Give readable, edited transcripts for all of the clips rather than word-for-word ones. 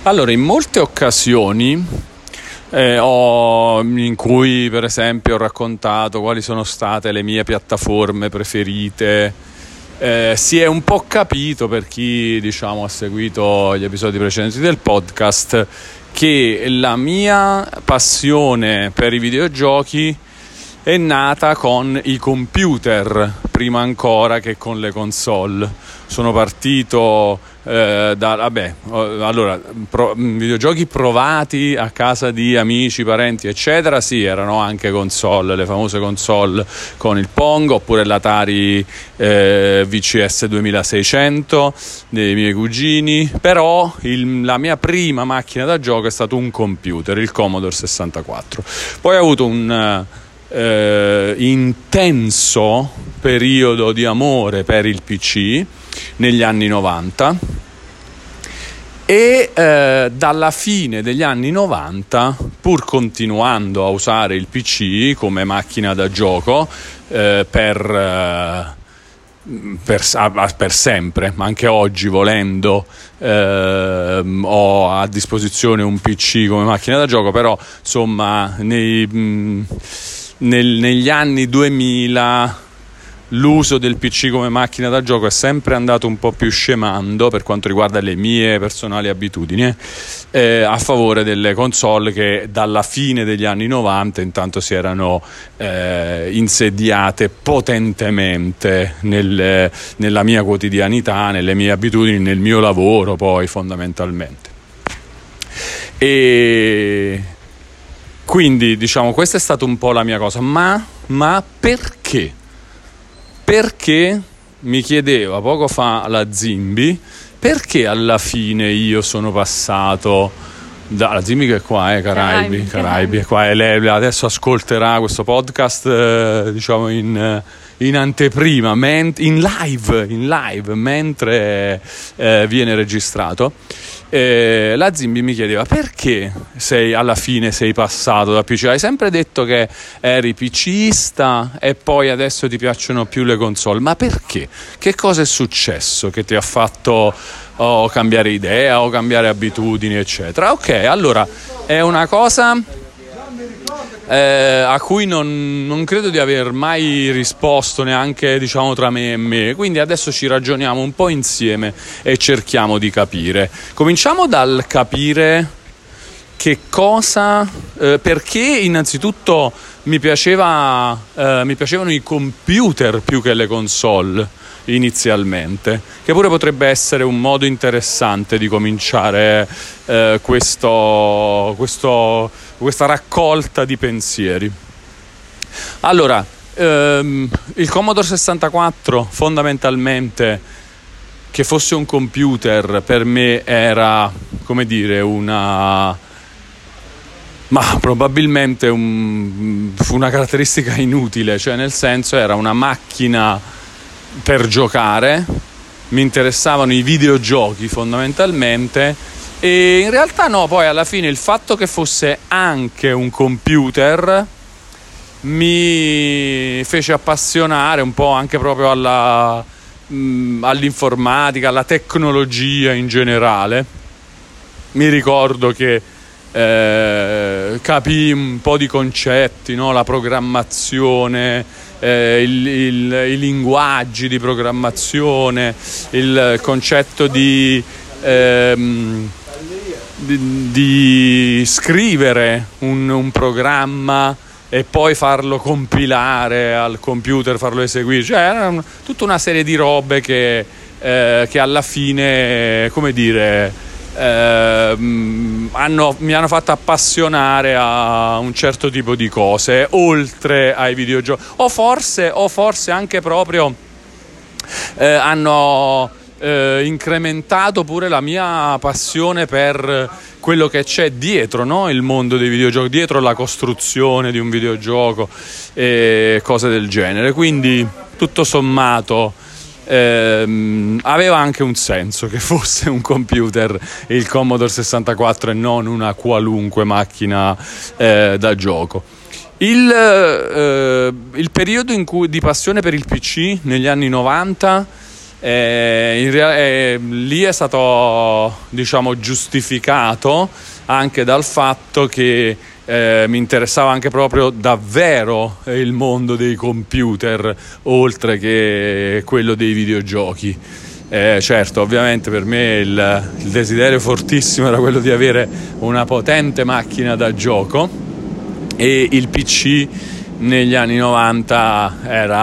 Allora, in molte occasioni in cui per esempio ho raccontato quali sono state le mie piattaforme preferite, si è un po' capito, per chi ha seguito gli episodi precedenti del podcast, che la mia passione per i videogiochi è nata con i computer prima ancora che con le console. Sono partito videogiochi provati a casa di amici, parenti eccetera, sì, erano anche console, le famose console con il Pong, oppure l'Atari VCS 2600 dei miei cugini, però la mia prima macchina da gioco è stato un computer, il Commodore 64. Poi ho avuto un intenso periodo di amore per il PC negli anni 90 e dalla fine degli anni 90, pur continuando a usare il PC come macchina da gioco per sempre, ma anche oggi volendo ho a disposizione un PC come macchina da gioco, però insomma negli anni 2000 l'uso del PC come macchina da gioco è sempre andato un po' più scemando per quanto riguarda le mie personali abitudini, a favore delle console che dalla fine degli anni 90 intanto si erano insediate potentemente nella mia quotidianità, nelle mie abitudini, nel mio lavoro poi fondamentalmente. E quindi questa è stata un po' la mia cosa, ma perché? Perché mi chiedeva poco fa la Zimbi, perché alla fine io sono passato dalla Zimbi, che è qua, Caraibi, è qua, e lei adesso ascolterà questo podcast in anteprima, in live mentre viene registrato. La Zimbi mi chiedeva: perché alla fine sei passato da PC? Hai sempre detto che eri PCista e poi adesso ti piacciono più le console, ma perché? Che cosa è successo che ti ha fatto cambiare idea o cambiare abitudini eccetera? Ok, allora è una cosa a cui non credo di aver mai risposto neanche tra me e me, quindi adesso ci ragioniamo un po' insieme e cerchiamo di capire. Cominciamo dal capire che cosa, perché innanzitutto mi piacevano i computer più che le console inizialmente, che pure potrebbe essere un modo interessante di cominciare questa raccolta di pensieri. Allora, il Commodore 64 fondamentalmente, che fosse un computer, per me era, come dire, probabilmente fu una caratteristica inutile, cioè nel senso era una macchina per giocare, mi interessavano i videogiochi fondamentalmente, e in realtà no, poi alla fine il fatto che fosse anche un computer mi fece appassionare un po' anche proprio all'informatica, alla tecnologia in generale. Mi ricordo che capii un po' di concetti, no? La programmazione, i linguaggi di programmazione, il concetto di scrivere un programma e poi farlo compilare al computer, farlo eseguire, cioè era tutta una serie di robe che alla fine, come dire, mi hanno fatto appassionare a un certo tipo di cose oltre ai videogiochi, o forse anche proprio hanno incrementato pure la mia passione per quello che c'è dietro, no? Il mondo dei videogiochi, dietro la costruzione di un videogioco e cose del genere. Quindi tutto sommato aveva anche un senso che fosse un computer, il Commodore 64, e non una qualunque macchina da gioco. Il periodo di passione per il PC negli anni 90 Lì è stato, diciamo, giustificato anche dal fatto che mi interessava anche proprio davvero il mondo dei computer, oltre che quello dei videogiochi. Certo, ovviamente per me il desiderio fortissimo era quello di avere una potente macchina da gioco, e il PC negli anni 90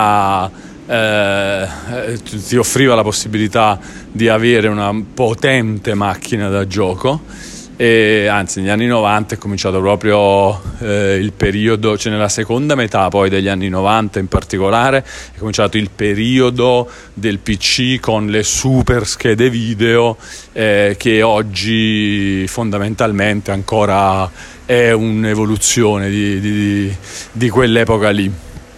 ti offriva la possibilità di avere una potente macchina da gioco. E anzi, negli anni 90 è cominciato proprio il periodo, cioè nella seconda metà poi degli anni 90 in particolare, è cominciato il periodo del PC con le super schede video, che oggi fondamentalmente ancora è un'evoluzione di quell'epoca lì.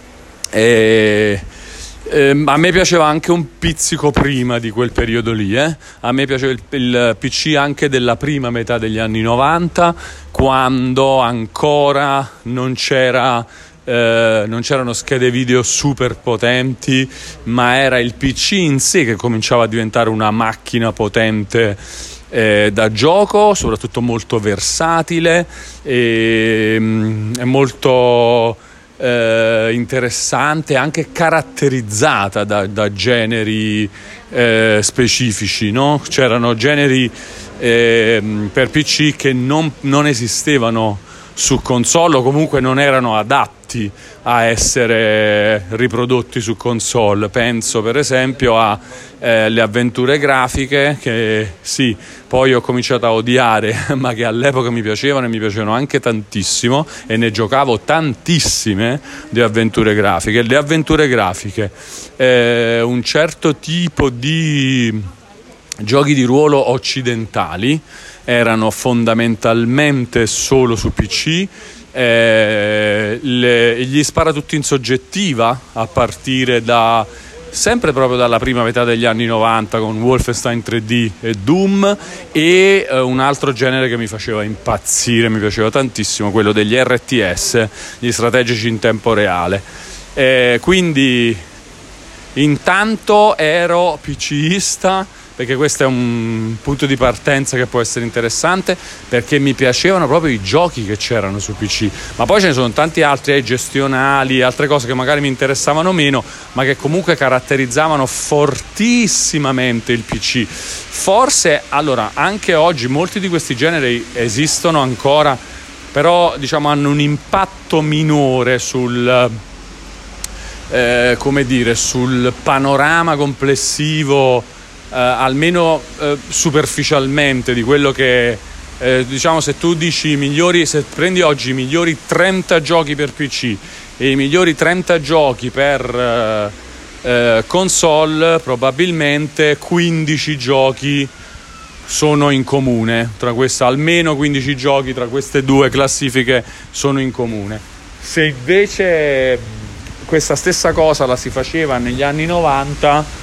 A me piaceva anche un pizzico prima di quel periodo lì, A me piaceva il PC anche della prima metà degli anni 90, quando ancora non c'erano schede video super potenti, ma era il PC in sé che cominciava a diventare una macchina potente da gioco, soprattutto molto versatile e molto interessante, anche caratterizzata da generi specifici, no? C'erano generi per PC che non esistevano su console, o comunque non erano adatti a essere riprodotti su console. Penso per esempio a le avventure grafiche, che sì, poi ho cominciato a odiare, ma che all'epoca mi piacevano, e mi piacevano anche tantissimo, e ne giocavo tantissime di avventure grafiche. Le avventure grafiche, un certo tipo di giochi di ruolo occidentali, erano fondamentalmente solo su PC. Gli spara tutti in soggettiva, a partire sempre proprio dalla prima metà degli anni 90, con Wolfenstein 3D e Doom, e un altro genere che mi faceva impazzire, mi piaceva tantissimo, quello degli RTS, gli strategici in tempo reale. Quindi intanto ero PCista, perché questo è un punto di partenza che può essere interessante, perché mi piacevano proprio i giochi che c'erano su PC, ma poi ce ne sono tanti altri, gestionali, altre cose che magari mi interessavano meno, ma che comunque caratterizzavano fortissimamente il PC. Forse, allora, anche oggi molti di questi generi esistono ancora, però diciamo hanno un impatto minore sul panorama complessivo, almeno superficialmente, di quello che diciamo, se tu dici se prendi oggi i migliori 30 giochi per PC e i migliori 30 giochi per console, probabilmente 15 giochi sono in comune tra queste, almeno 15 giochi tra queste due classifiche sono in comune. Se invece questa stessa cosa la si faceva negli anni 90,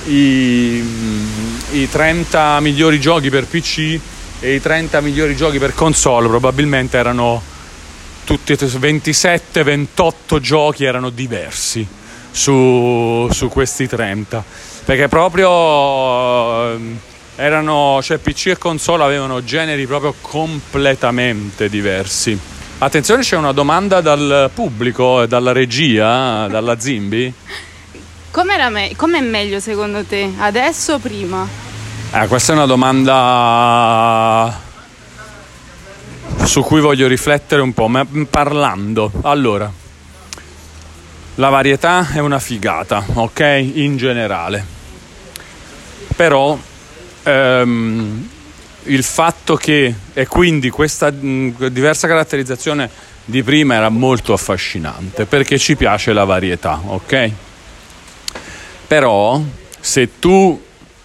i 30 migliori giochi per PC e i 30 migliori giochi per console probabilmente erano tutti 27-28 giochi, erano diversi su questi 30, perché proprio cioè PC e console avevano generi proprio completamente diversi. Attenzione, c'è una domanda dal pubblico, dalla regia, dalla Zimbi. Com'è meglio secondo te, adesso o prima? Questa è una domanda su cui voglio riflettere un po', ma parlando. Allora, la varietà è una figata, ok? In generale. Però il fatto che, e quindi questa diversa caratterizzazione di prima era molto affascinante, perché ci piace la varietà, ok? Però se tu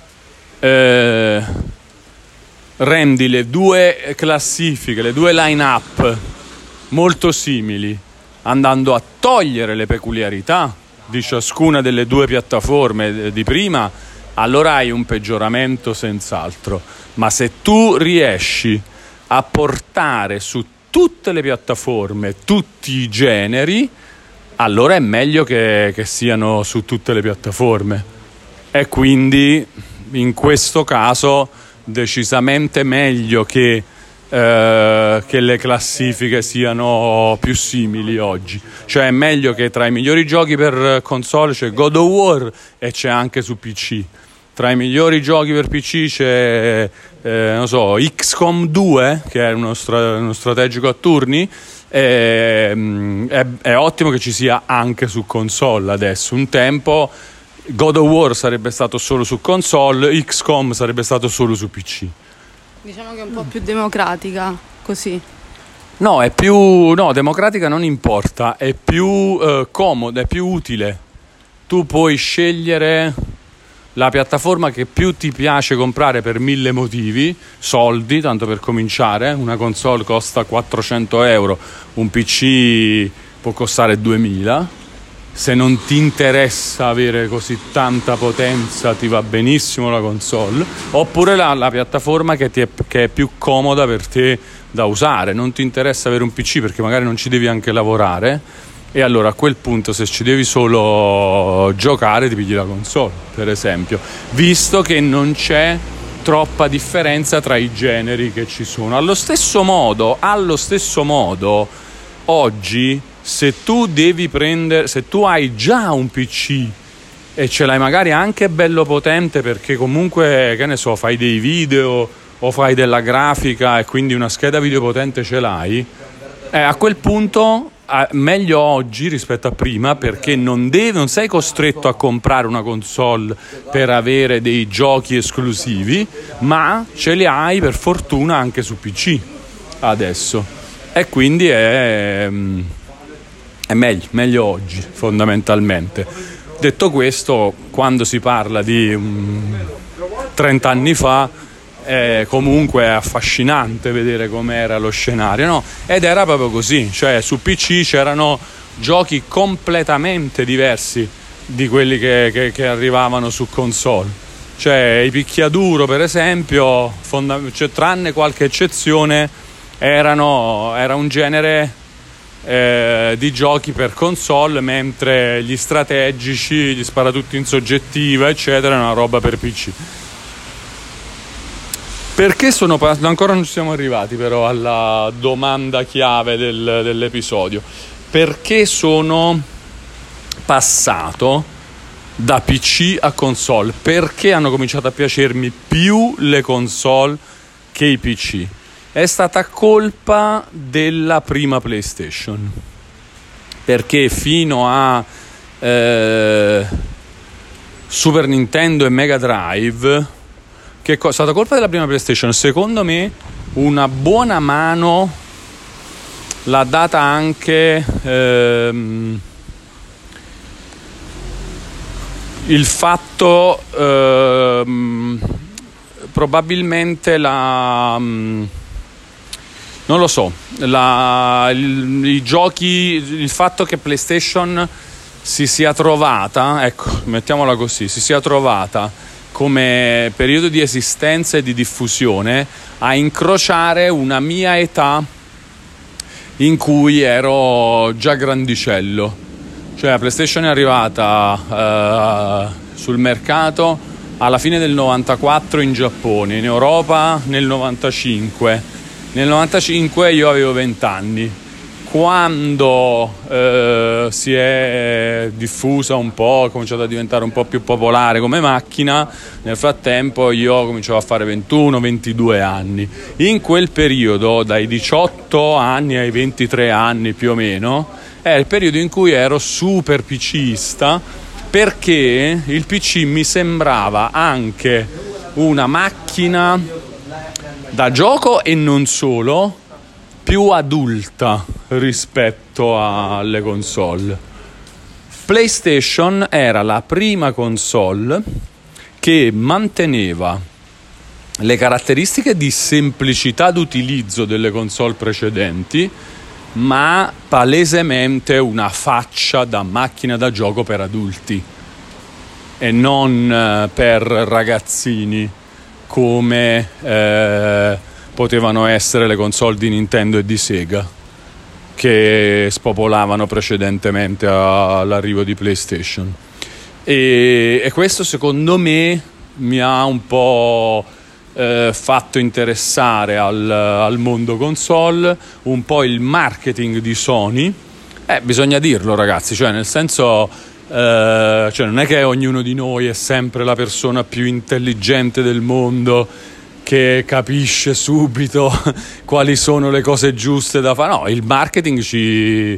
rendi le due classifiche, le due line-up molto simili, andando a togliere le peculiarità di ciascuna delle due piattaforme di prima, allora hai un peggioramento senz'altro. Ma se tu riesci a portare su tutte le piattaforme tutti i generi, allora è meglio che siano su tutte le piattaforme. E quindi in questo caso decisamente meglio che le classifiche siano più simili oggi. Cioè è meglio che tra i migliori giochi per console c'è God of War e c'è anche su PC. Tra i migliori giochi per PC c'è non so, XCOM 2, che è uno strategico a turni. È ottimo che ci sia anche su console adesso. Un tempo God of War sarebbe stato solo su console, XCOM sarebbe stato solo su PC. Diciamo che è un po' più democratica, così. No, democratica non importa, è più comoda, è più utile. Tu puoi scegliere la piattaforma che più ti piace comprare per 1000 motivi, soldi, tanto per cominciare. Una console costa 400 euro, un PC può costare 2000. Se non ti interessa avere così tanta potenza, ti va benissimo la console, oppure la piattaforma che è più comoda per te da usare. Non ti interessa avere un PC perché magari non ci devi anche lavorare, e allora a quel punto, se ci devi solo giocare, ti pigli la console, per esempio, visto che non c'è troppa differenza tra i generi che ci sono. Allo stesso modo oggi, se tu hai già un PC e ce l'hai magari anche bello potente, perché comunque, che ne so, fai dei video o fai della grafica e quindi una scheda video potente ce l'hai, a quel punto meglio oggi rispetto a prima, perché non sei costretto a comprare una console per avere dei giochi esclusivi, ma ce li hai per fortuna anche su PC adesso, e quindi è meglio oggi, fondamentalmente. Detto questo, quando si parla di 30 anni fa, comunque è affascinante vedere com'era lo scenario, no? Ed era proprio così, cioè su PC c'erano giochi completamente diversi di quelli che arrivavano su console. Cioè i picchiaduro, per esempio, tranne qualche eccezione, era un genere di giochi per console, mentre gli strategici, gli sparatutto in soggettiva, eccetera, è una roba per PC. Perché ancora non ci siamo arrivati però alla domanda chiave dell'episodio. Perché sono passato da PC a console? Perché hanno cominciato a piacermi più le console che i PC? È stata colpa della prima PlayStation, perché fino a Super Nintendo e Mega Drive, che è stata colpa della prima PlayStation, secondo me una buona mano l'ha data anche il fatto, probabilmente non lo so, i giochi, il fatto che PlayStation si sia trovata, ecco, mettiamola così, si sia trovata come periodo di esistenza e di diffusione a incrociare una mia età in cui ero già grandicello. Cioè la PlayStation è arrivata sul mercato alla fine del 94 in Giappone, in Europa nel 95. Nel 95 io avevo 20 anni. Quando si è diffusa un po', è cominciato a diventare un po' più popolare come macchina, nel frattempo io cominciavo a fare 21-22 anni. In quel periodo, dai 18 anni ai 23 anni più o meno, è il periodo in cui ero super PCista, perché il PC mi sembrava anche una macchina da gioco e non solo, più adulta rispetto alle console. PlayStation era la prima console che manteneva le caratteristiche di semplicità d'utilizzo delle console precedenti, ma palesemente una faccia da macchina da gioco per adulti e non per ragazzini, come potevano essere le console di Nintendo e di Sega, che spopolavano precedentemente all'arrivo di PlayStation. e questo secondo me mi ha un po' fatto interessare al mondo console, un po' il marketing di Sony. Bisogna dirlo, ragazzi, cioè nel senso, cioè non è che ognuno di noi è sempre la persona più intelligente del mondo che capisce subito quali sono le cose giuste da fare. No, il marketing ci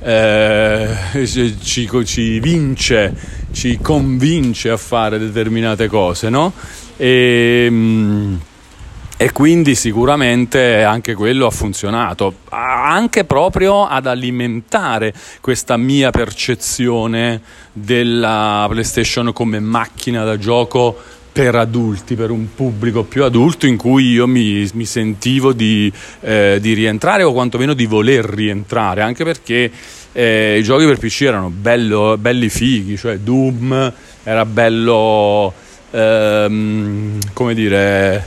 vince, ci convince a fare determinate cose, no? E quindi sicuramente anche quello ha funzionato, anche proprio ad alimentare questa mia percezione della PlayStation come macchina da gioco per adulti, per un pubblico più adulto, in cui io mi sentivo di rientrare, o quantomeno di voler rientrare, anche perché i giochi per PC erano belli fighi, cioè Doom era bello, come dire,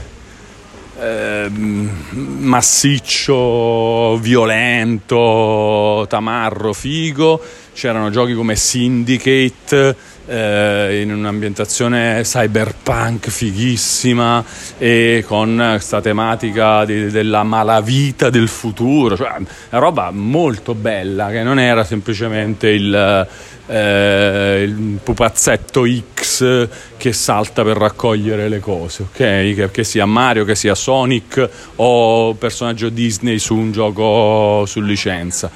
massiccio, violento, tamarro, figo. C'erano giochi come Syndicate, in un'ambientazione cyberpunk fighissima, e con questa tematica della malavita del futuro, cioè una roba molto bella, che non era semplicemente il pupazzetto X che salta per raccogliere le cose, ok? Che sia Mario, che sia Sonic o personaggio Disney su un gioco su licenza.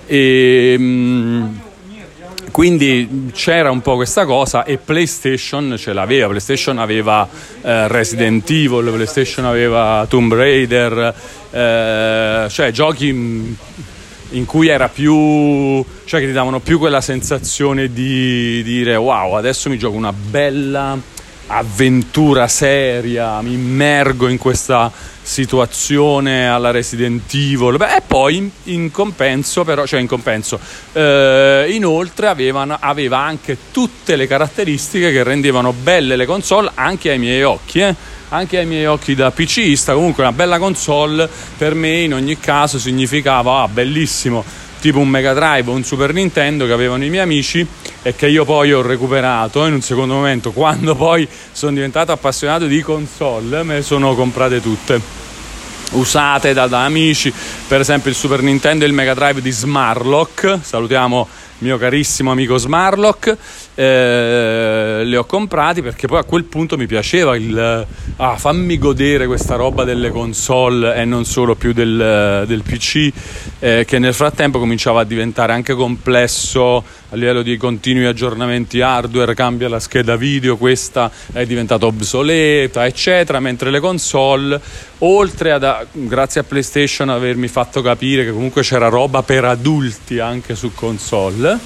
Quindi c'era un po' questa cosa, e PlayStation ce l'aveva. PlayStation aveva Resident Evil, PlayStation aveva Tomb Raider, cioè giochi in cui era più, cioè che ti davano più quella sensazione di dire wow, adesso mi gioco una bella avventura seria, mi immergo in questa situazione alla Resident Evil. E poi in compenso però, inoltre aveva anche tutte le caratteristiche che rendevano belle le console anche ai miei occhi, anche ai miei occhi da PCista. Comunque una bella console per me in ogni caso significava bellissimo, tipo un Mega Drive o un Super Nintendo che avevano i miei amici e che io poi ho recuperato in un secondo momento, quando poi sono diventato appassionato di console. Me le sono comprate tutte usate da amici, per esempio il Super Nintendo e il Mega Drive di Smarlock, salutiamo il mio carissimo amico Smarlock, li ho comprati perché poi a quel punto mi piaceva fammi godere questa roba delle console e non solo più del PC, che nel frattempo cominciava a diventare anche complesso a livello di continui aggiornamenti hardware, cambia la scheda video, questa è diventata obsoleta, eccetera, mentre le console, oltre grazie a PlayStation avermi fatto capire che comunque c'era roba per adulti anche su console,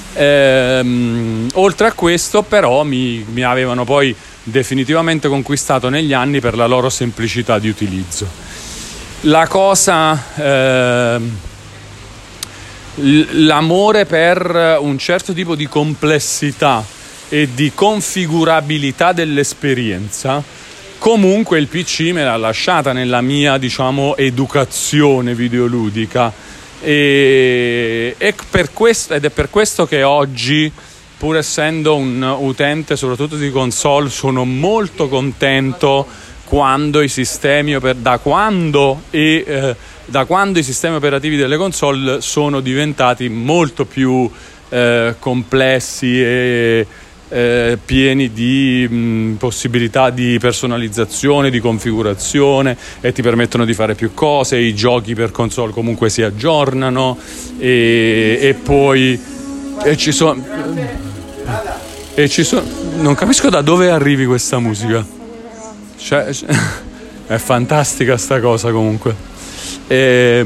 oltre a questo però mi avevano poi definitivamente conquistato negli anni per la loro semplicità di utilizzo. La cosa, l'amore per un certo tipo di complessità e di configurabilità dell'esperienza, comunque il PC me l'ha lasciata nella mia, diciamo, educazione videoludica, ed è per questo che oggi, pur essendo un utente soprattutto di console, sono molto contento quando i sistemi da quando i sistemi operativi delle console sono diventati molto più complessi e pieni di possibilità di personalizzazione, di configurazione, e ti permettono di fare più cose. I giochi per console comunque si aggiornano, e poi ci sono non capisco da dove arrivi questa musica, cioè, è fantastica sta cosa. Comunque che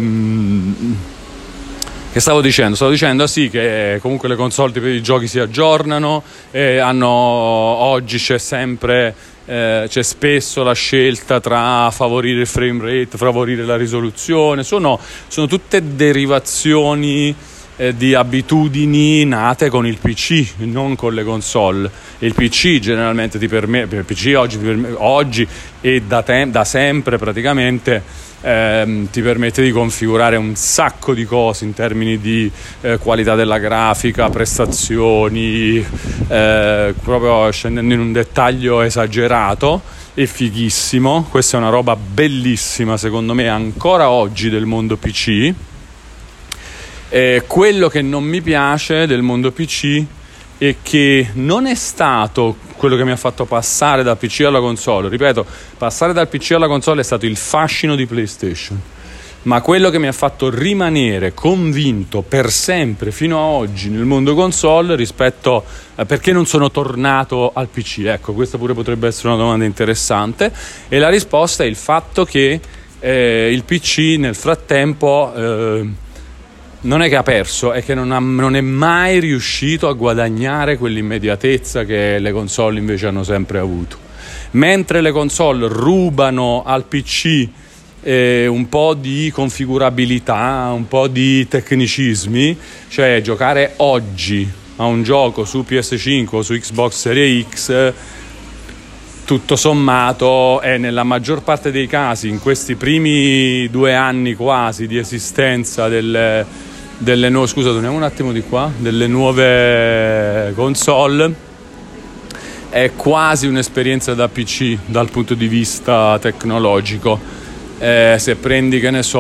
stavo dicendo sì, che comunque le console per i giochi si aggiornano, e oggi c'è spesso la scelta tra favorire il frame rate, favorire la risoluzione. Sono tutte derivazioni di abitudini nate con il PC, non con le console. Il PC generalmente oggi e da sempre praticamente ti permette di configurare un sacco di cose in termini di qualità della grafica, prestazioni, proprio scendendo in un dettaglio esagerato e fighissimo. Questa è una roba bellissima secondo me ancora oggi del mondo PC. Quello che non mi piace del mondo PC è che non è stato quello che mi ha fatto passare dal PC alla console. Ripeto, passare dal PC alla console è stato il fascino di PlayStation, ma quello che mi ha fatto rimanere convinto per sempre fino a oggi nel mondo console rispetto perché non sono tornato al PC. Ecco, questa pure potrebbe essere una domanda interessante, e la risposta è il fatto che il PC nel frattempo non è che ha perso, è che non è mai riuscito a guadagnare quell'immediatezza che le console invece hanno sempre avuto. Mentre le console rubano al PC un po' di configurabilità, un po' di tecnicismi, cioè giocare oggi a un gioco su PS5 o su Xbox Series X, tutto sommato, è nella maggior parte dei casi, in questi primi 2 anni quasi di esistenza delle nuove, scusa, torniamo un attimo di qua, delle nuove console, è quasi un'esperienza da PC dal punto di vista tecnologico. Se prendi, che ne so,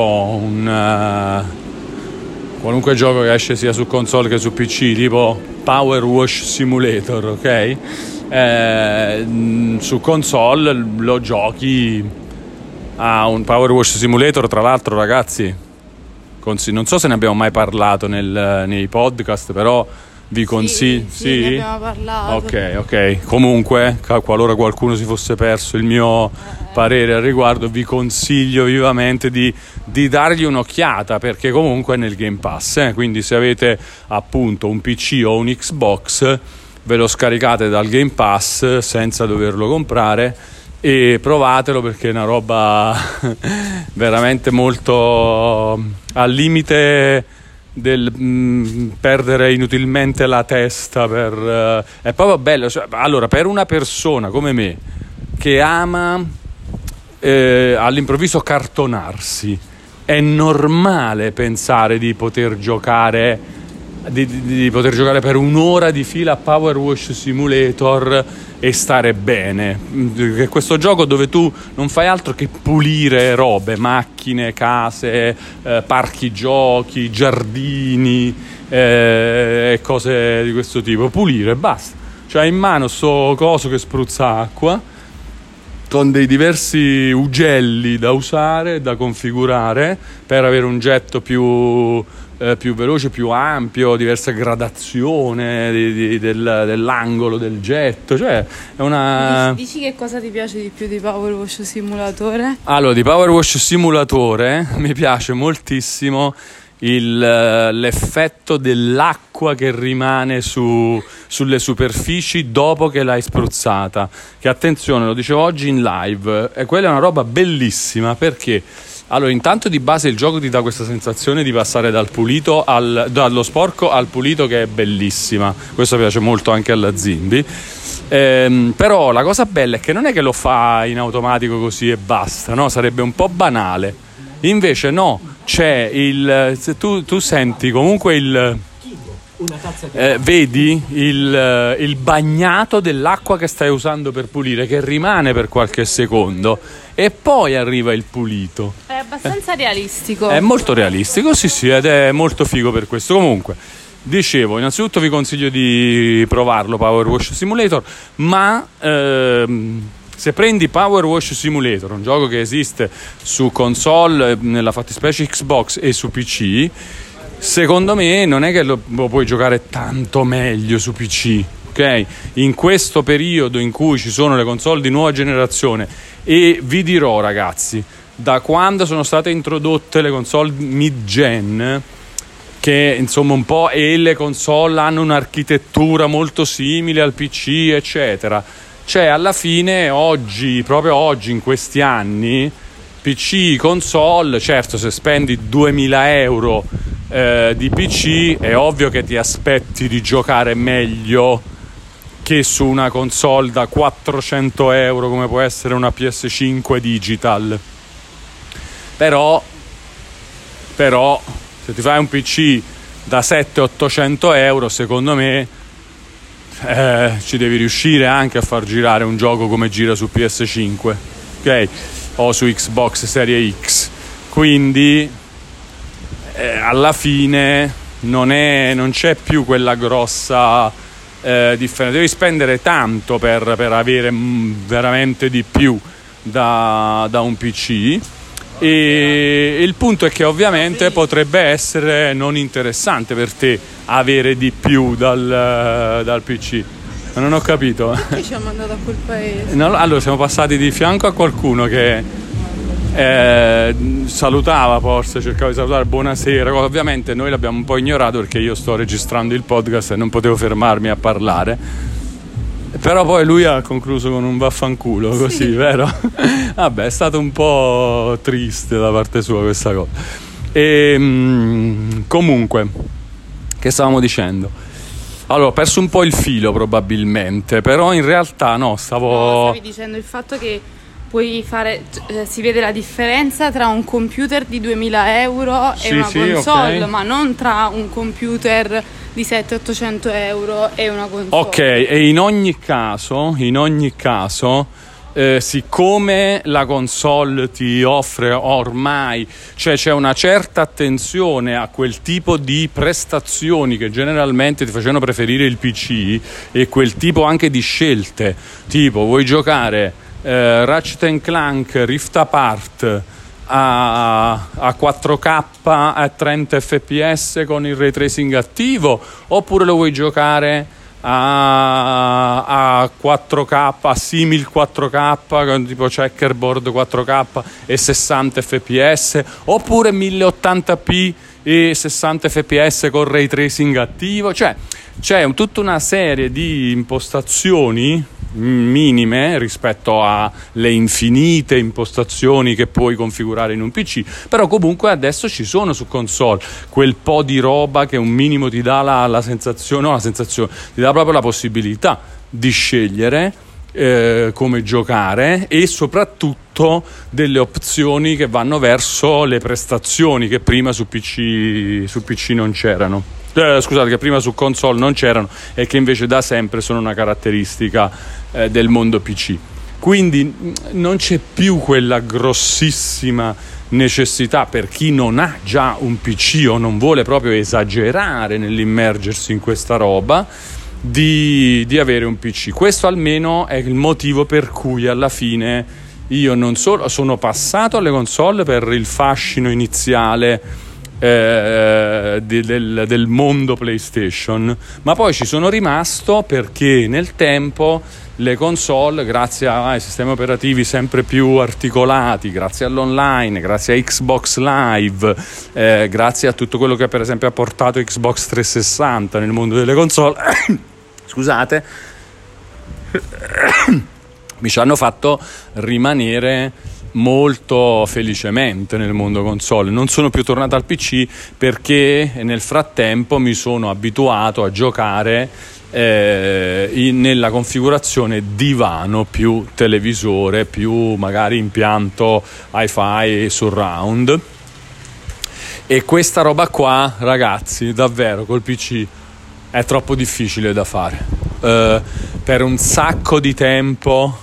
qualunque gioco che esce sia su console che su PC, tipo Power Wash Simulator, ok? Su console lo giochi a un Power Wash Simulator, tra l'altro, ragazzi, non so se ne abbiamo mai parlato nei podcast, però vi consiglio. Sì, ne abbiamo parlato. Ok. Comunque, qualora qualcuno si fosse perso il mio parere al riguardo, vi consiglio vivamente di dargli un'occhiata, perché comunque è nel Game Pass, quindi se avete appunto un PC o un Xbox, ve lo scaricate dal Game Pass senza doverlo comprare e provatelo, perché è una roba veramente molto al limite del perdere inutilmente la testa è proprio bello, cioè, allora, per una persona come me che ama all'improvviso cartonarsi, è normale pensare di poter giocare per un'ora di fila a Power Wash Simulator e stare bene. Questo gioco dove tu non fai altro che pulire robe, macchine, case, parchi giochi, giardini e cose di questo tipo, pulire, basta. Cioè, in mano sto coso che spruzza acqua con dei diversi ugelli da usare, da configurare per avere un getto più veloce, più ampio, diverse gradazioni dell'angolo del getto. Cioè è una... Dici che cosa ti piace di più di Power Wash Simulatore? Allora, di Power Wash Simulatore mi piace moltissimo l'effetto dell'acqua che rimane sulle superfici dopo che l'hai spruzzata, che, attenzione, lo dicevo oggi in live, e quella è una roba bellissima, perché allora, intanto di base il gioco ti dà questa sensazione di passare dallo sporco al pulito, che è bellissima. Questo piace molto anche alla Zimbi. Però la cosa bella è che non è che lo fa in automatico così e basta, no? Sarebbe un po' banale. Invece no, c'è tu senti comunque vedi il bagnato dell'acqua che stai usando per pulire, che rimane per qualche secondo, e poi arriva il pulito. È abbastanza realistico. È molto realistico, sì, ed è molto figo per questo. Comunque, dicevo, innanzitutto vi consiglio di provarlo, Power Wash Simulator, ma se prendi Power Wash Simulator, un gioco che esiste su console, nella fattispecie Xbox, e su PC, secondo me non è che lo puoi giocare tanto meglio su PC, ok? In questo periodo in cui ci sono le console di nuova generazione, e vi dirò, ragazzi, da quando sono state introdotte le console mid-gen, che insomma un po', e le console hanno un'architettura molto simile al PC, eccetera, cioè alla fine proprio oggi, in questi anni, PC, console, certo, se spendi 2000 euro di PC è ovvio che ti aspetti di giocare meglio che su una console da 400 euro come può essere una PS5 digital. però se ti fai un PC da 700-800 euro, secondo me ci devi riuscire anche a far girare un gioco come gira su PS5, ok? O su Xbox Serie X. Quindi alla fine non c'è più quella grossa differenza. Devi spendere tanto per avere veramente di più da un PC. E il punto è che ovviamente potrebbe essere non interessante per te avere di più dal PC. Ma non ho capito. Perché ci ha mandato a quel paese? No, allora siamo passati di fianco a qualcuno che salutava, forse cercava di salutare, buonasera. Ovviamente noi l'abbiamo un po' ignorato perché io sto registrando il podcast e non potevo fermarmi a parlare. Però poi lui ha concluso con un vaffanculo, così, sì. Vero? Vabbè, è stato un po' triste da parte sua questa cosa. Comunque, che stavamo dicendo? Allora, ho perso un po' il filo probabilmente, però in realtà no, stavi dicendo il fatto che puoi fare, si vede la differenza tra un computer di 2000 euro e una console, okay. Ma non tra un computer di 700-800 euro e una console. Ok, e in ogni caso siccome la console ti offre ormai, cioè c'è una certa attenzione a quel tipo di prestazioni che generalmente ti facevano preferire il PC, e quel tipo anche di scelte, tipo vuoi giocare Ratchet & Clank Rift Apart a 4K a 30 fps con il ray tracing attivo, oppure lo vuoi giocare a 4K, a simil 4K con tipo checkerboard 4K e 60 fps, oppure 1080p e 60 fps con ray tracing attivo. Cioè c'è tutta una serie di impostazioni minime rispetto alle infinite impostazioni che puoi configurare in un PC, però comunque adesso ci sono su console quel po' di roba che un minimo ti dà la sensazione, ti dà proprio la possibilità di scegliere come giocare, e soprattutto delle opzioni che vanno verso le prestazioni che prima su PC non c'erano. Scusate, che prima su console non c'erano e che invece da sempre sono una caratteristica del mondo PC. Quindi non c'è più quella grossissima necessità, per chi non ha già un PC o non vuole proprio esagerare nell'immergersi in questa roba, di avere un PC. Questo almeno è il motivo per cui alla fine io non solo sono passato alle console per il fascino iniziale del mondo PlayStation, ma poi ci sono rimasto perché nel tempo le console, grazie ai sistemi operativi sempre più articolati, grazie all'online, grazie a Xbox Live, grazie a tutto quello che per esempio ha portato Xbox 360 nel mondo delle console scusate, mi ci hanno fatto rimanere molto felicemente nel mondo console. Non sono più tornato al PC perché nel frattempo mi sono abituato a giocare nella configurazione divano più televisore più magari impianto hi-fi surround, e questa roba qua, ragazzi, davvero col PC è troppo difficile da fare. Per un sacco di tempo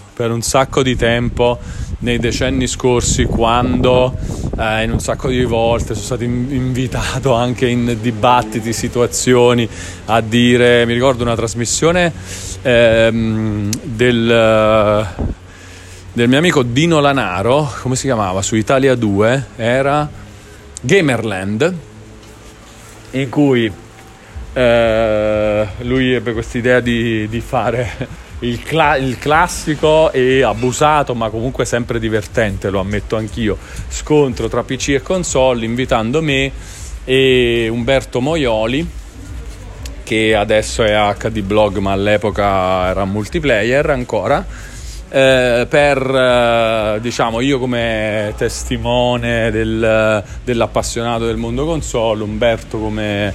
nei decenni scorsi, quando in un sacco di volte sono stato invitato anche in dibattiti, situazioni, a dire, mi ricordo una trasmissione del mio amico Dino Lanaro, come si chiamava, su Italia 2, era Gamerland, in cui lui ebbe questa idea di fare il classico e abusato, ma comunque sempre divertente, lo ammetto anch'io, scontro tra PC e console, invitando me e Umberto Moioli, che adesso è HD Blog ma all'epoca era Multiplayer ancora, per diciamo, io come testimone dell'appassionato del mondo console, Umberto come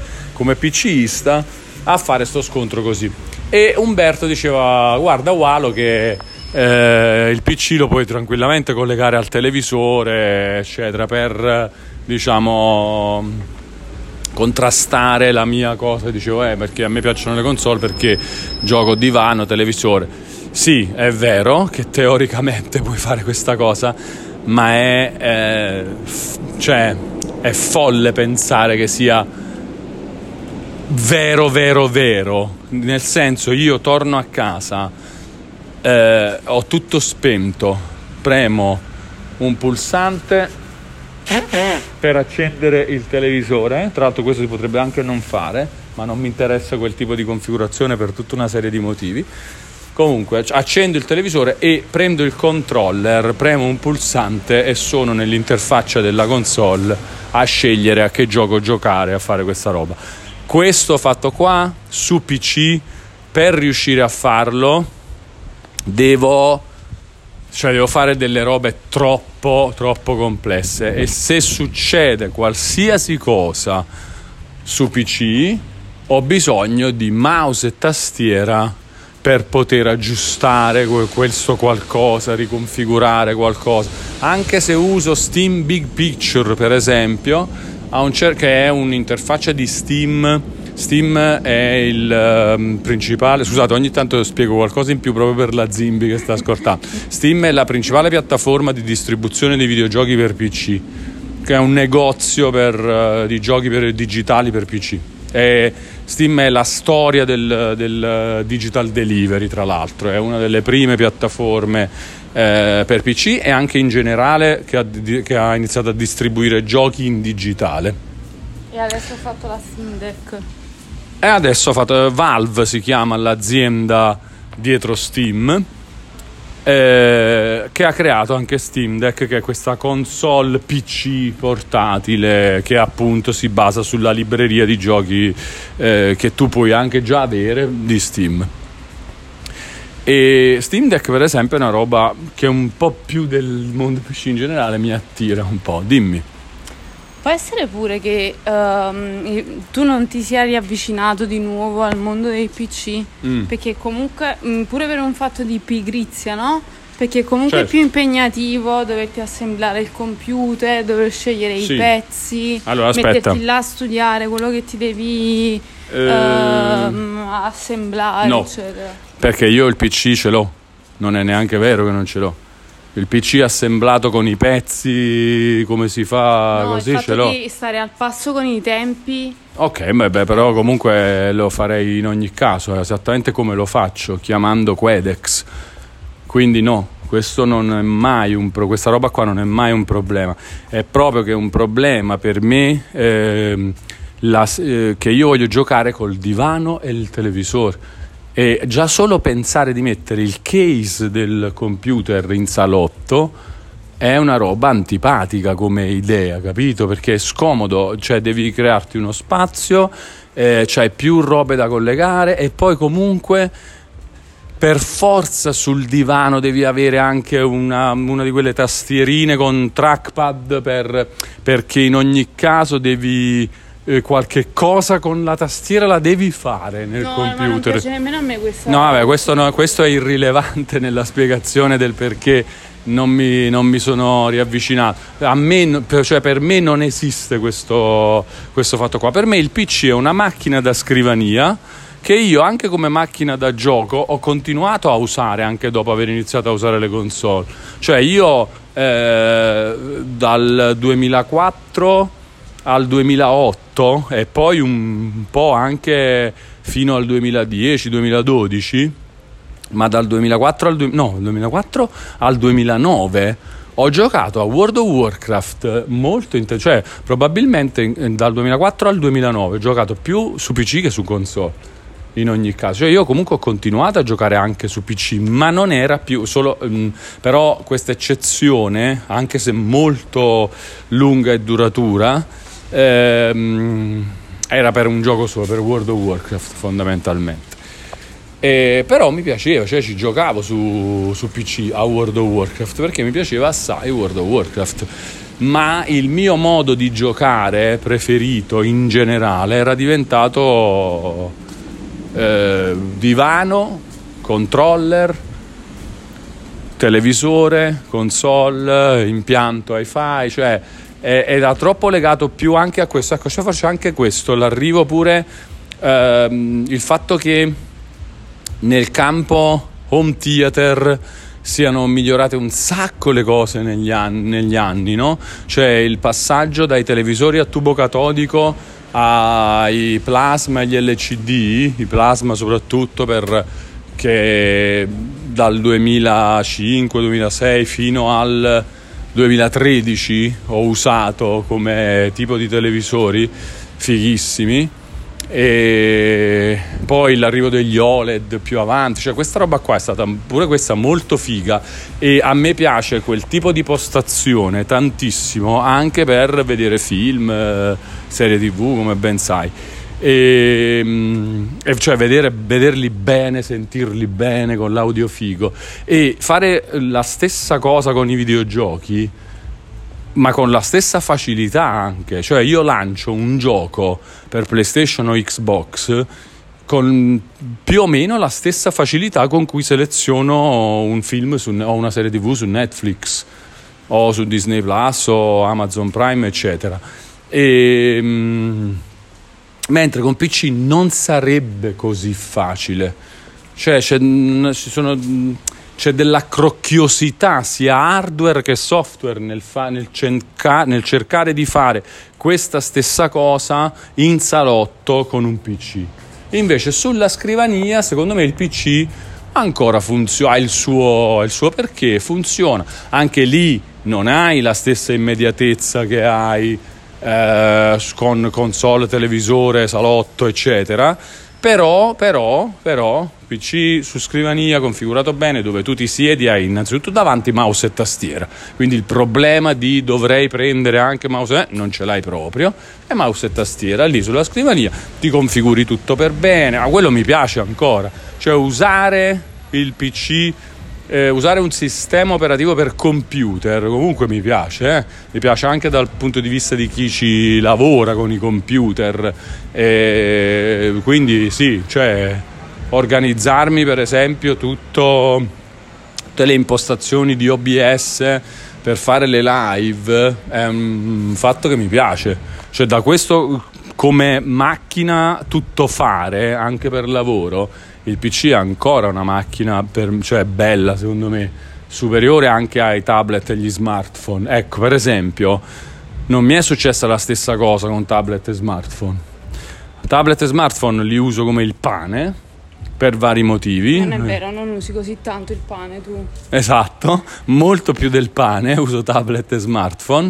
PCista, a fare sto scontro così. E Umberto diceva: guarda Walo che il PC lo puoi tranquillamente collegare al televisore, eccetera, per diciamo contrastare la mia cosa. Dicevo perché a me piacciono le console, perché gioco divano, televisore. Sì, è vero che teoricamente puoi fare questa cosa, ma è folle pensare che sia vero, nel senso, io torno a casa, ho tutto spento, premo un pulsante per accendere il televisore, tra l'altro questo si potrebbe anche non fare, ma non mi interessa quel tipo di configurazione per tutta una serie di motivi. Comunque accendo il televisore e prendo il controller, premo un pulsante e sono nell'interfaccia della console a scegliere a che gioco giocare, a fare questa roba. Questo fatto qua su PC, per riuscire a farlo devo fare delle robe troppo complesse, e se succede qualsiasi cosa su PC ho bisogno di mouse e tastiera per poter aggiustare questo qualcosa, riconfigurare qualcosa. Anche se uso Steam Big Picture, per esempio, che è un'interfaccia di Steam. Steam è il principale, scusate, ogni tanto spiego qualcosa in più proprio per la Zimbi che sta ascoltando. Steam è la principale piattaforma di distribuzione dei videogiochi per PC, che è un negozio di giochi digitali per PC. E Steam è la storia del digital delivery, tra l'altro è una delle prime piattaforme per PC, e anche in generale che ha iniziato a distribuire giochi in digitale. E adesso ha fatto la Steam Deck. E adesso Valve, si chiama l'azienda dietro Steam, che ha creato anche Steam Deck, che è questa console PC portatile che appunto si basa sulla libreria di giochi che tu puoi anche già avere di Steam. E Steam Deck, per esempio, è una roba che un po' più del mondo PC in generale mi attira un po'. Dimmi. Può essere pure che tu non ti sia riavvicinato di nuovo al mondo dei PC, perché comunque pure per un fatto di pigrizia, no? Perché comunque certo, è più impegnativo doverti assemblare il computer, dover scegliere i pezzi, metterti là a studiare quello che ti devi assemblare, no, eccetera. Perché io il PC ce l'ho, non è neanche vero che non ce l'ho. Il PC assemblato con i pezzi, come si fa, no, così ce l'ho. Devi stare al passo con i tempi. Ok, però comunque lo farei in ogni caso, esattamente come lo faccio, chiamando Quedex. Quindi no, questo non è mai questa roba qua non è mai un problema. È proprio che è un problema per me che io voglio giocare col divano e il televisore. E già solo pensare di mettere il case del computer in salotto è una roba antipatica come idea, capito? Perché è scomodo, cioè devi crearti uno spazio, c'hai più robe da collegare, e poi comunque per forza sul divano devi avere anche una di quelle tastierine con trackpad perché in ogni caso devi qualche cosa con la tastiera la devi fare nel computer. Ma non piace nemmeno a me questa. No, vabbè, questo è irrilevante nella spiegazione del perché non mi sono riavvicinato. Per me non esiste questo fatto qua. Per me il PC è una macchina da scrivania che io, anche come macchina da gioco, ho continuato a usare anche dopo aver iniziato a usare le console. Cioè io dal 2004 al 2008 e poi un po' anche fino al 2010-2012, ma dal 2004 al 2009 ho giocato a World of Warcraft molto cioè probabilmente dal 2004 al 2009 ho giocato più su PC che su console. In ogni caso, cioè io comunque ho continuato a giocare anche su PC, ma non era più solo però questa eccezione, anche se molto lunga e duratura, era per un gioco solo, per World of Warcraft fondamentalmente. Però mi piaceva, cioè ci giocavo su PC a World of Warcraft perché mi piaceva assai World of Warcraft. Ma il mio modo di giocare preferito in generale era diventato divano, controller, televisore, console, impianto hi-fi, cioè era troppo legato più anche a questo. Ecco, cioè faccio anche questo, l'arrivo pure, il fatto che nel campo home theater siano migliorate un sacco le cose negli anni, no? Cioè il passaggio dai televisori a tubo catodico ai plasma e agli LCD, i plasma soprattutto che dal 2005-2006 fino al 2013 ho usato come tipo di televisori fighissimi, e poi l'arrivo degli OLED più avanti, cioè questa roba qua è stata pure questa molto figa, e a me piace quel tipo di postazione tantissimo anche per vedere film, serie TV, come ben sai, e cioè vederli bene, sentirli bene con l'audio figo, e fare la stessa cosa con i videogiochi ma con la stessa facilità anche. Cioè io lancio un gioco per PlayStation o Xbox con più o meno la stessa facilità con cui seleziono un film o una serie TV su Netflix o su Disney Plus o Amazon Prime, eccetera. Mentre con PC non sarebbe così facile. Cioè c'è della crocchiosità sia hardware che software nel cercare di fare questa stessa cosa in salotto con un PC. Invece sulla scrivania, secondo me, il PC ancora ha il suo perché, funziona. Anche lì non hai la stessa immediatezza che hai con console, televisore, salotto, eccetera. Però PC su scrivania configurato bene, dove tu ti siedi, hai innanzitutto davanti mouse e tastiera, quindi il problema di dovrei prendere anche mouse non ce l'hai proprio, e mouse e tastiera lì sulla scrivania ti configuri tutto per bene. Ma quello mi piace ancora, cioè usare il PC, usare un sistema operativo per computer comunque mi piace anche dal punto di vista di chi ci lavora con i computer, quindi sì, cioè organizzarmi per esempio tutte le impostazioni di OBS per fare le live è un fatto che mi piace, cioè da questo come macchina tutto fare anche per lavoro. Il PC è ancora una macchina cioè bella, secondo me, superiore anche ai tablet e agli smartphone. Ecco, per esempio, non mi è successa la stessa cosa con tablet e smartphone. Tablet e smartphone li uso come il pane per vari motivi. Non è vero, non usi così tanto il pane tu. Esatto, molto più del pane uso tablet e smartphone.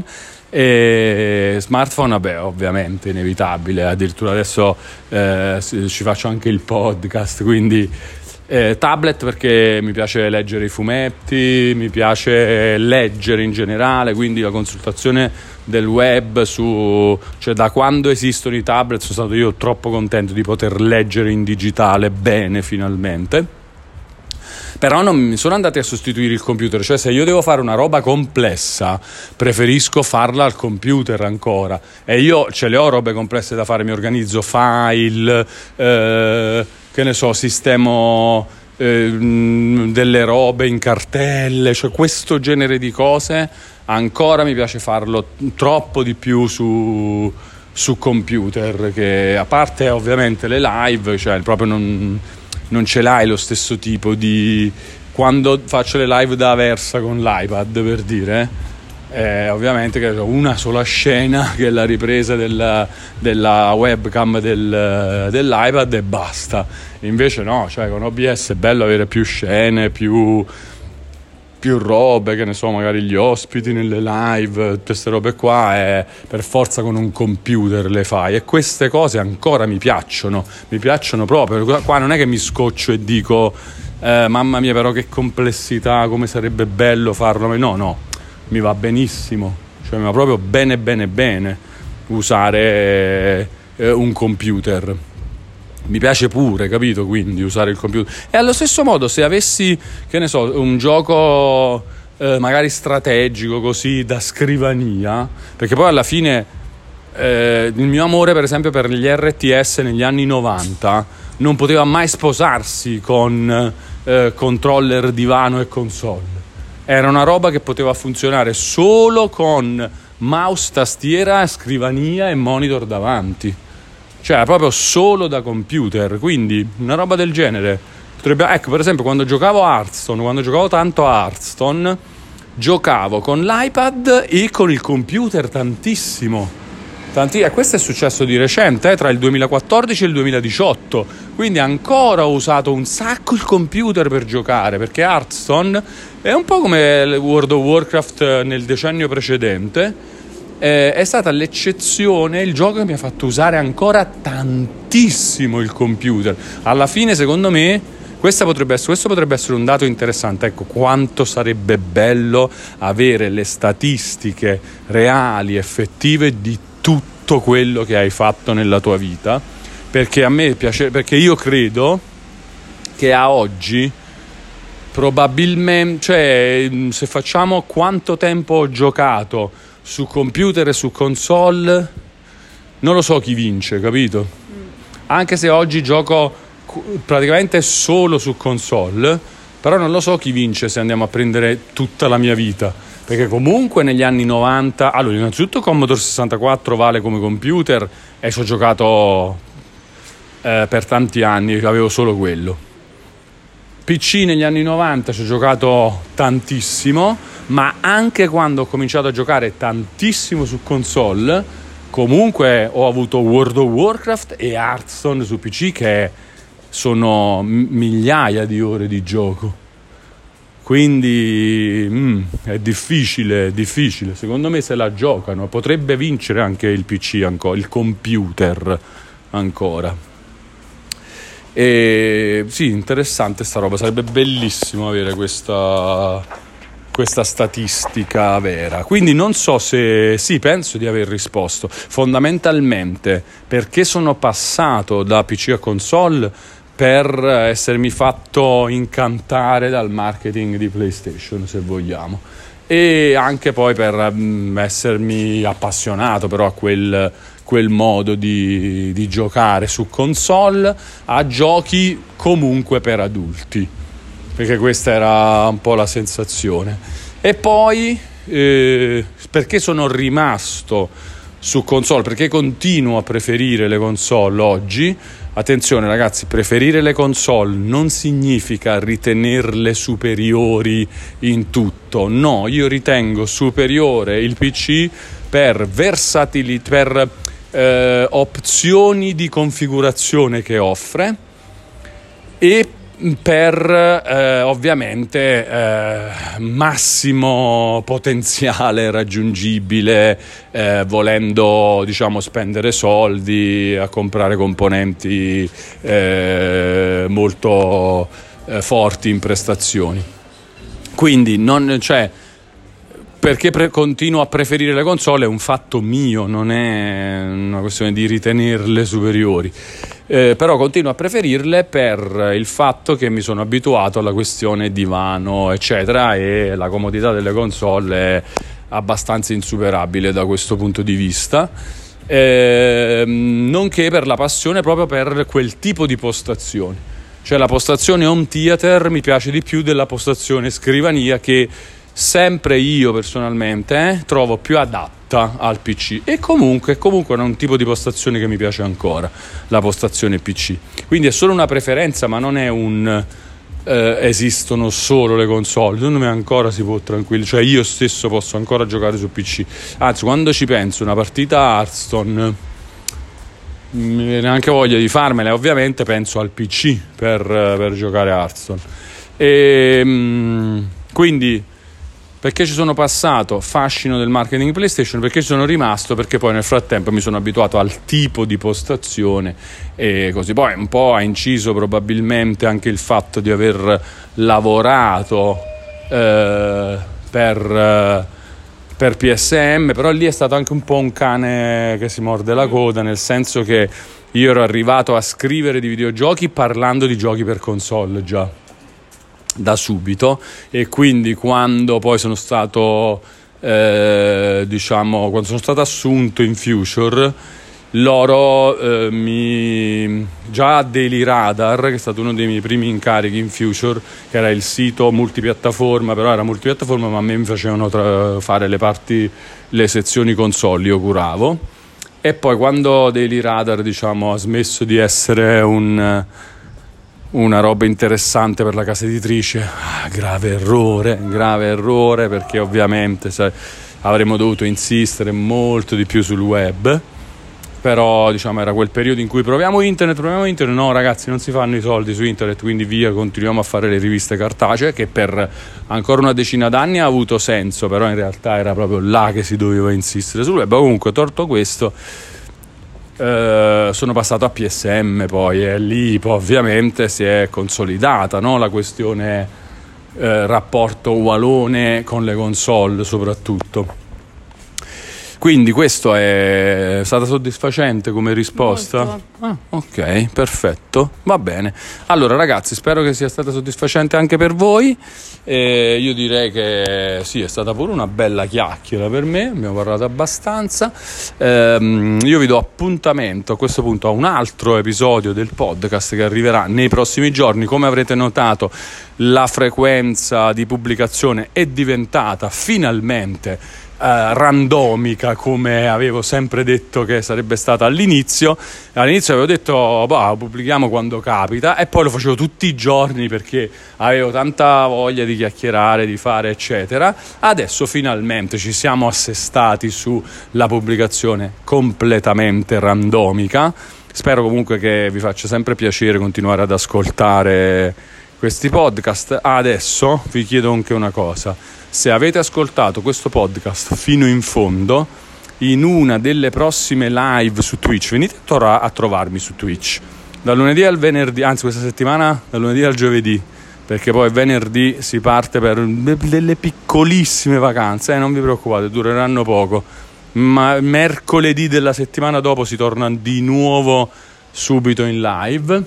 E smartphone, vabbè, ovviamente inevitabile, addirittura adesso ci faccio anche il podcast, quindi tablet perché mi piace leggere i fumetti, mi piace leggere in generale, quindi la consultazione del web cioè da quando esistono i tablet sono stato io troppo contento di poter leggere in digitale bene finalmente. Però non mi sono andati a sostituire il computer, cioè se io devo fare una roba complessa preferisco farla al computer ancora, e io ce le ho robe complesse da fare, mi organizzo file, che ne so, sistemo delle robe in cartelle, cioè questo genere di cose ancora mi piace farlo troppo di più su computer, che a parte ovviamente le live, cioè proprio non ce l'hai lo stesso tipo di quando faccio le live da Aversa con l'iPad, per dire, ovviamente che ho una sola scena che è la ripresa della webcam dell'iPad e basta. Invece no, cioè con OBS è bello avere più scene, più robe, che ne so, magari gli ospiti nelle live, tutte queste robe qua, per forza con un computer le fai, e queste cose ancora mi piacciono proprio. Qua non è che mi scoccio e dico mamma mia però che complessità, come sarebbe bello farlo, no, mi va benissimo, cioè mi va proprio bene usare un computer. Mi piace pure, capito? Quindi usare il computer. E allo stesso modo, se avessi, che ne so, un gioco magari strategico così da scrivania, perché poi alla fine il mio amore per esempio per gli RTS negli anni 90 non poteva mai sposarsi con controller, divano e console. era una roba che poteva funzionare solo con mouse, tastiera, scrivania e monitor davanti, cioè proprio solo da computer. Quindi una roba del genere potrebbe, ecco, per esempio quando giocavo tanto a Hearthstone, giocavo con l'iPad e con il computer tantissimo. Questo è successo di recente, tra il 2014 e il 2018, quindi ancora ho usato un sacco il computer per giocare, perché Hearthstone è un po' come World of Warcraft nel decennio precedente, è stata l'eccezione, il gioco che mi ha fatto usare ancora tantissimo il computer. Alla fine, secondo me, questo potrebbe essere un dato interessante. Ecco, quanto sarebbe bello avere le statistiche reali, effettive di tutto quello che hai fatto nella tua vita, perché a me piace, perché io credo che a oggi probabilmente, cioè, se facciamo quanto tempo ho giocato su computer e su console, non lo so chi vince, capito? Anche se oggi gioco praticamente solo su console, però non lo so chi vince se andiamo a prendere tutta la mia vita, perché comunque negli anni 90, allora innanzitutto Commodore 64 vale come computer e ci ho giocato per tanti anni, avevo solo quello. PC negli anni 90 ci ho giocato tantissimo, ma anche quando ho cominciato a giocare tantissimo su console, comunque ho avuto World of Warcraft e Hearthstone su PC, che sono migliaia di ore di gioco. Quindi è difficile. Secondo me se la giocano potrebbe vincere anche il PC ancora, il computer ancora. E sì, interessante sta roba, sarebbe bellissimo avere questa statistica vera. Quindi non so se, sì, penso di aver risposto. Fondamentalmente perché sono passato da PC a console, per essermi fatto incantare dal marketing di PlayStation, se vogliamo, e anche poi per essermi appassionato però a quel modo di giocare su console, a giochi comunque per adulti, perché questa era un po' la sensazione. E poi perché sono rimasto su console, perché continuo a preferire le console oggi. Attenzione ragazzi, preferire le console non significa ritenerle superiori in tutto. No, io ritengo superiore il PC per versatilità, per opzioni di configurazione che offre e per ovviamente massimo potenziale raggiungibile, volendo, diciamo, spendere soldi a comprare componenti molto forti in prestazioni. Quindi perché continuo a preferire le console è un fatto mio, non è una questione di ritenerle superiori. Però continuo a preferirle per il fatto che mi sono abituato alla questione divano eccetera, e la comodità delle console è abbastanza insuperabile da questo punto di vista, nonché per la passione proprio per quel tipo di postazioni. Cioè la postazione home theater mi piace di più della postazione scrivania, che sempre io personalmente trovo più adatta al PC, e comunque è un tipo di postazione che mi piace ancora, la postazione PC. Quindi è solo una preferenza, ma non è un esistono solo le console. Secondo me ancora si può cioè io stesso posso ancora giocare su PC. Anzi, quando ci penso, una partita Hearthstone mi viene anche voglia di farmela, e ovviamente penso al PC per giocare a Hearthstone. Quindi perché ci sono passato? Fascino del marketing PlayStation. Perché ci sono rimasto? Perché poi nel frattempo mi sono abituato al tipo di postazione e così. Poi un po' ha inciso probabilmente anche il fatto di aver lavorato per PSM, però lì è stato anche un po' un cane che si morde la coda, nel senso che io ero arrivato a scrivere di videogiochi parlando di giochi per console già da subito, e quindi quando poi sono stato quando sono stato assunto in Future, loro già Daily Radar, che è stato uno dei miei primi incarichi in Future, che era il sito multipiattaforma, però era multipiattaforma, ma a me mi facevano fare le sezioni console, io curavo. E poi quando Daily Radar, diciamo, ha smesso di essere una roba interessante per la casa editrice, grave errore, perché ovviamente avremmo dovuto insistere molto di più sul web. Però diciamo era quel periodo in cui proviamo internet, no ragazzi, non si fanno i soldi su internet, quindi via, continuiamo a fare le riviste cartacee, che per ancora una decina d'anni ha avuto senso, però in realtà era proprio là che si doveva insistere sul web. Comunque, tolto questo, sono passato a PSM poi, e lì poi ovviamente si è consolidata, no? La questione rapporto Walone con le console soprattutto. Quindi questo è stata soddisfacente come risposta? Ok, perfetto, va bene. Allora ragazzi, spero che sia stata soddisfacente anche per voi. Io direi che sì, è stata pure una bella chiacchiera per me, abbiamo parlato abbastanza. Io vi do appuntamento a questo punto a un altro episodio del podcast che arriverà nei prossimi giorni. Come avrete notato, la frequenza di pubblicazione è diventata finalmente randomica, come avevo sempre detto che sarebbe stata all'inizio. All'inizio avevo detto pubblichiamo quando capita, e poi lo facevo tutti i giorni perché avevo tanta voglia di chiacchierare, di fare eccetera. Adesso finalmente ci siamo assestati sulla pubblicazione completamente randomica. Spero comunque che vi faccia sempre piacere continuare ad ascoltare questi podcast. Adesso vi chiedo anche una cosa: se avete ascoltato questo podcast fino in fondo, in una delle prossime live su Twitch, venite a trovarmi su Twitch dal lunedì al venerdì, anzi questa settimana dal lunedì al giovedì, perché poi venerdì si parte per delle piccolissime vacanze, non vi preoccupate, dureranno poco, ma mercoledì della settimana dopo si torna di nuovo subito in live.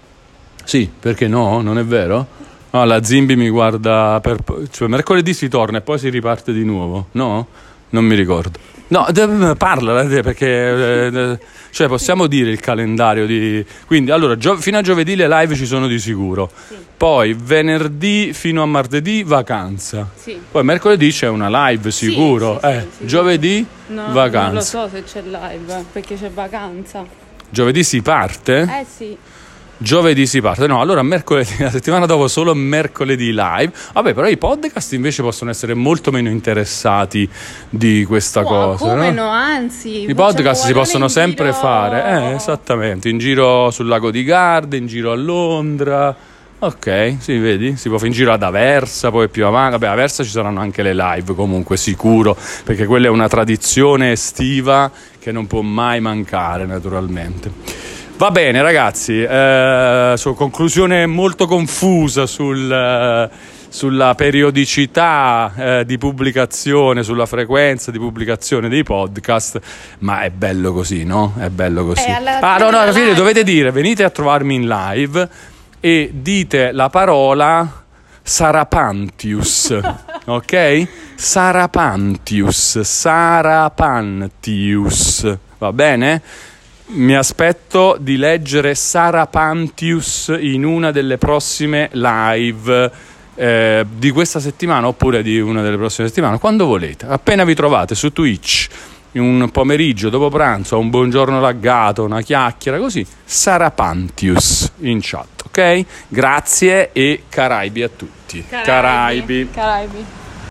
Sì, perché no? Non è vero? No, la Zimbi mi guarda cioè mercoledì si torna e poi si riparte di nuovo, no? Non mi ricordo. No, parla perché cioè possiamo dire il calendario quindi allora fino a giovedì le live ci sono di sicuro. Sì. Poi venerdì fino a martedì vacanza. Sì. Poi mercoledì c'è una live sicuro. Sì, giovedì vacanza. Non lo so se c'è live perché c'è vacanza. Giovedì si parte? Sì. Giovedì si parte, no, allora mercoledì, la settimana dopo solo mercoledì live. Vabbè, però i podcast invece possono essere molto meno interessati di questa cosa. Come no? Anzi, i podcast si possono sempre fare, esattamente, in giro sul lago di Garda, in giro a Londra. Ok, sì, vedi, si può in giro ad Aversa, poi più avanti. Vabbè, a Aversa ci saranno anche le live comunque, sicuro, perché quella è una tradizione estiva che non può mai mancare, naturalmente. Va bene ragazzi, conclusione molto confusa sulla periodicità di pubblicazione, sulla frequenza di pubblicazione dei podcast, ma è bello così, no? È bello così. Alla fine dovete dire, venite a trovarmi in live e dite la parola Sarapantius, ok? Sarapantius, va bene? Mi aspetto di leggere Sarapantius in una delle prossime live di questa settimana, oppure di una delle prossime settimane, quando volete, appena vi trovate su Twitch, in un pomeriggio, dopo pranzo, un buongiorno laggato, una chiacchiera così, Sarapantius in chat, ok? Grazie e Caraibi a tutti. Caraibi.